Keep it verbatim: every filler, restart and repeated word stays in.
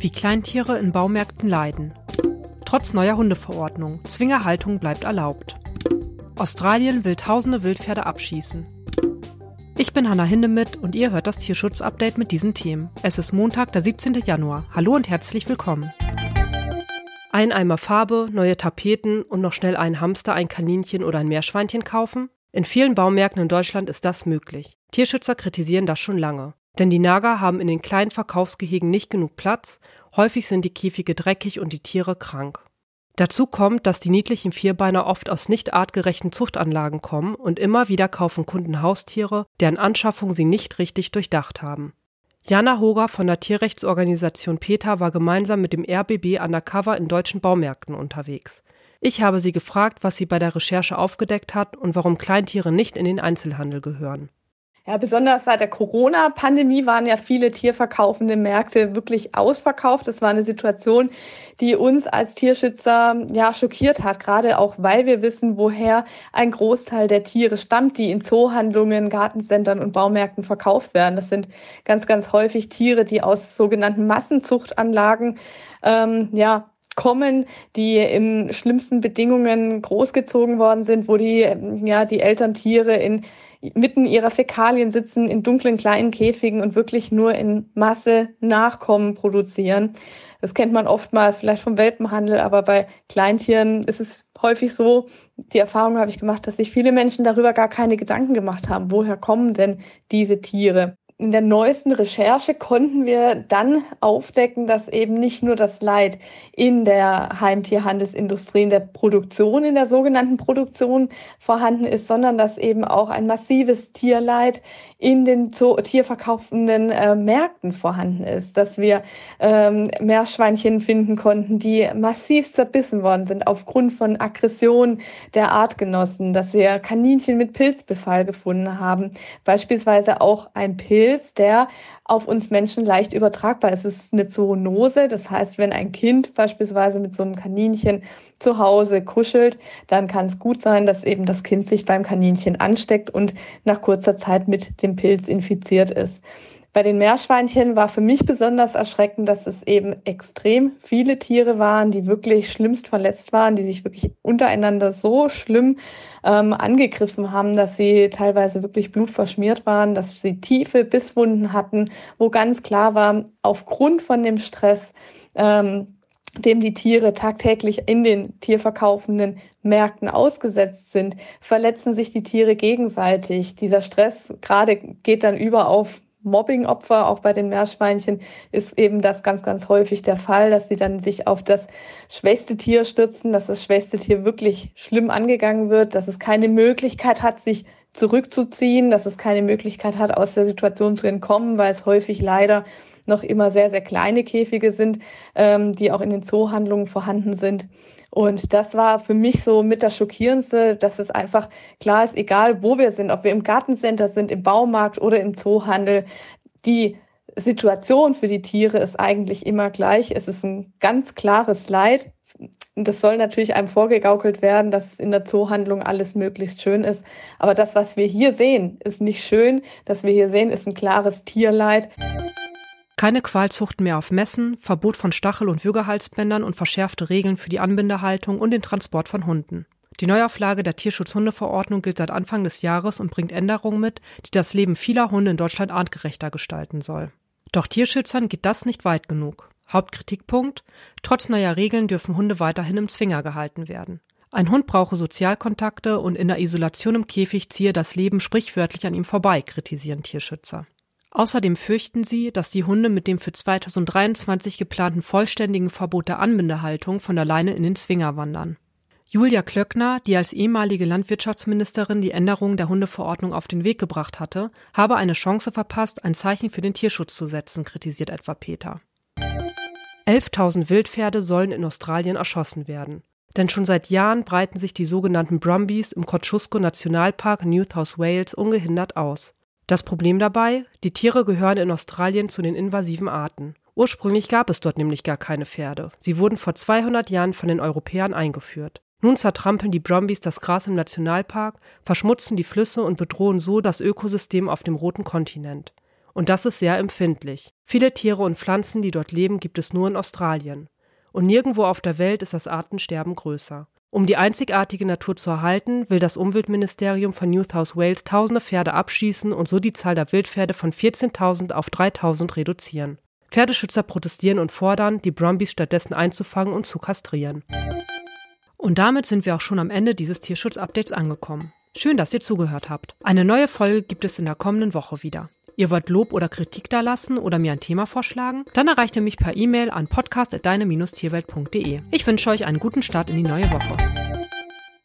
Wie Kleintiere in Baumärkten leiden. Trotz neuer Hundeverordnung. Zwingerhaltung bleibt erlaubt. Australien will tausende Wildpferde abschießen. Ich bin Hanna Hindemith und ihr hört das Tierschutz-Update mit diesen Themen. Es ist Montag, der siebzehnten Januar. Hallo und herzlich willkommen. Ein Eimer Farbe, neue Tapeten und noch schnell einen Hamster, ein Kaninchen oder ein Meerschweinchen kaufen? In vielen Baumärkten in Deutschland ist das möglich. Tierschützer kritisieren das schon lange. Denn die Nager haben in den kleinen Verkaufsgehegen nicht genug Platz, häufig sind die Käfige dreckig und die Tiere krank. Dazu kommt, dass die niedlichen Vierbeiner oft aus nicht artgerechten Zuchtanlagen kommen und immer wieder kaufen Kunden Haustiere, deren Anschaffung sie nicht richtig durchdacht haben. Jana Hoger von der Tierrechtsorganisation PETA war gemeinsam mit dem R B B undercover in deutschen Baumärkten unterwegs. Ich habe sie gefragt, was sie bei der Recherche aufgedeckt hat und warum Kleintiere nicht in den Einzelhandel gehören. Ja, besonders seit der Corona-Pandemie waren ja viele tierverkaufende Märkte wirklich ausverkauft. Das war eine Situation, die uns als Tierschützer ja schockiert hat, gerade auch, weil wir wissen, woher ein Großteil der Tiere stammt, die in Zoohandlungen, Gartencentern und Baumärkten verkauft werden. Das sind ganz, ganz häufig Tiere, die aus sogenannten Massenzuchtanlagen ähm, ja kommen, die in schlimmsten Bedingungen großgezogen worden sind, wo die ja die Elterntiere in mitten ihrer Fäkalien sitzen, in dunklen kleinen Käfigen und wirklich nur in Masse Nachkommen produzieren. Das kennt man oftmals vielleicht vom Welpenhandel, aber bei Kleintieren ist es häufig so, die Erfahrung habe ich gemacht, dass sich viele Menschen darüber gar keine Gedanken gemacht haben, woher kommen denn diese Tiere. In der neuesten Recherche konnten wir dann aufdecken, dass eben nicht nur das Leid in der Heimtierhandelsindustrie, in der Produktion, in der sogenannten Produktion vorhanden ist, sondern dass eben auch ein massives Tierleid in den Zoo- tierverkaufenden äh, Märkten vorhanden ist. Dass wir ähm, Meerschweinchen finden konnten, die massiv zerbissen worden sind aufgrund von Aggression der Artgenossen. Dass wir Kaninchen mit Pilzbefall gefunden haben. Beispielsweise auch ein Pilz, der auf uns Menschen leicht übertragbar ist. Es ist eine Zoonose, das heißt, wenn ein Kind beispielsweise mit so einem Kaninchen zu Hause kuschelt, dann kann es gut sein, dass eben das Kind sich beim Kaninchen ansteckt und nach kurzer Zeit mit dem Pilz infiziert ist. Bei den Meerschweinchen war für mich besonders erschreckend, dass es eben extrem viele Tiere waren, die wirklich schlimmst verletzt waren, die sich wirklich untereinander so schlimm ähm, angegriffen haben, dass sie teilweise wirklich blutverschmiert waren, dass sie tiefe Bisswunden hatten, wo ganz klar war, aufgrund von dem Stress, ähm, dem die Tiere tagtäglich in den tierverkaufenden Märkten ausgesetzt sind, verletzen sich die Tiere gegenseitig. Dieser Stress gerade geht dann über auf Mobbing-Opfer, auch bei den Meerschweinchen ist eben das ganz, ganz häufig der Fall, dass sie dann sich auf das schwächste Tier stürzen, dass das schwächste Tier wirklich schlimm angegangen wird, dass es keine Möglichkeit hat, sich zurückzuziehen, dass es keine Möglichkeit hat, aus der Situation zu entkommen, weil es häufig leider noch immer sehr, sehr kleine Käfige sind, ähm, die auch in den Zoohandlungen vorhanden sind. Und das war für mich so mit das Schockierendste, dass es einfach klar ist, egal wo wir sind, ob wir im Gartencenter sind, im Baumarkt oder im Zoohandel, die Situation für die Tiere ist eigentlich immer gleich. Es ist ein ganz klares Leid. Und das soll natürlich einem vorgegaukelt werden, dass in der Zoohandlung alles möglichst schön ist. Aber das, was wir hier sehen, ist nicht schön. Das wir hier sehen, ist ein klares Tierleid. Keine Qualzucht mehr auf Messen, Verbot von Stachel- und Würgehalsbändern und verschärfte Regeln für die Anbindehaltung und den Transport von Hunden. Die Neuauflage der Tierschutzhundeverordnung gilt seit Anfang des Jahres und bringt Änderungen mit, die das Leben vieler Hunde in Deutschland artgerechter gestalten soll. Doch Tierschützern geht das nicht weit genug. Hauptkritikpunkt: Trotz neuer Regeln dürfen Hunde weiterhin im Zwinger gehalten werden. Ein Hund brauche Sozialkontakte und in der Isolation im Käfig ziehe das Leben sprichwörtlich an ihm vorbei, kritisieren Tierschützer. Außerdem fürchten sie, dass die Hunde mit dem für zweitausenddreiundzwanzig geplanten vollständigen Verbot der Anbindehaltung von alleine in den Zwinger wandern. Julia Klöckner, die als ehemalige Landwirtschaftsministerin die Änderungen der Hundeverordnung auf den Weg gebracht hatte, habe eine Chance verpasst, ein Zeichen für den Tierschutz zu setzen, kritisiert etwa PETA. elftausend Wildpferde sollen in Australien erschossen werden. Denn schon seit Jahren breiten sich die sogenannten Brumbies im Kosciuszko-Nationalpark New South Wales ungehindert aus. Das Problem dabei: Die Tiere gehören in Australien zu den invasiven Arten. Ursprünglich gab es dort nämlich gar keine Pferde. Sie wurden vor zweihundert Jahren von den Europäern eingeführt. Nun zertrampeln die Brumbies das Gras im Nationalpark, verschmutzen die Flüsse und bedrohen so das Ökosystem auf dem roten Kontinent. Und das ist sehr empfindlich. Viele Tiere und Pflanzen, die dort leben, gibt es nur in Australien. Und nirgendwo auf der Welt ist das Artensterben größer. Um die einzigartige Natur zu erhalten, will das Umweltministerium von New South Wales tausende Pferde abschießen und so die Zahl der Wildpferde von vierzehntausend auf dreitausend reduzieren. Pferdeschützer protestieren und fordern, die Brumbies stattdessen einzufangen und zu kastrieren. Und damit sind wir auch schon am Ende dieses Tierschutz-Updates angekommen. Schön, dass ihr zugehört habt. Eine neue Folge gibt es in der kommenden Woche wieder. Ihr wollt Lob oder Kritik dalassen oder mir ein Thema vorschlagen? Dann erreicht ihr mich per E-Mail an podcast at deine Bindestrich tierwelt punkt de. Ich wünsche euch einen guten Start in die neue Woche.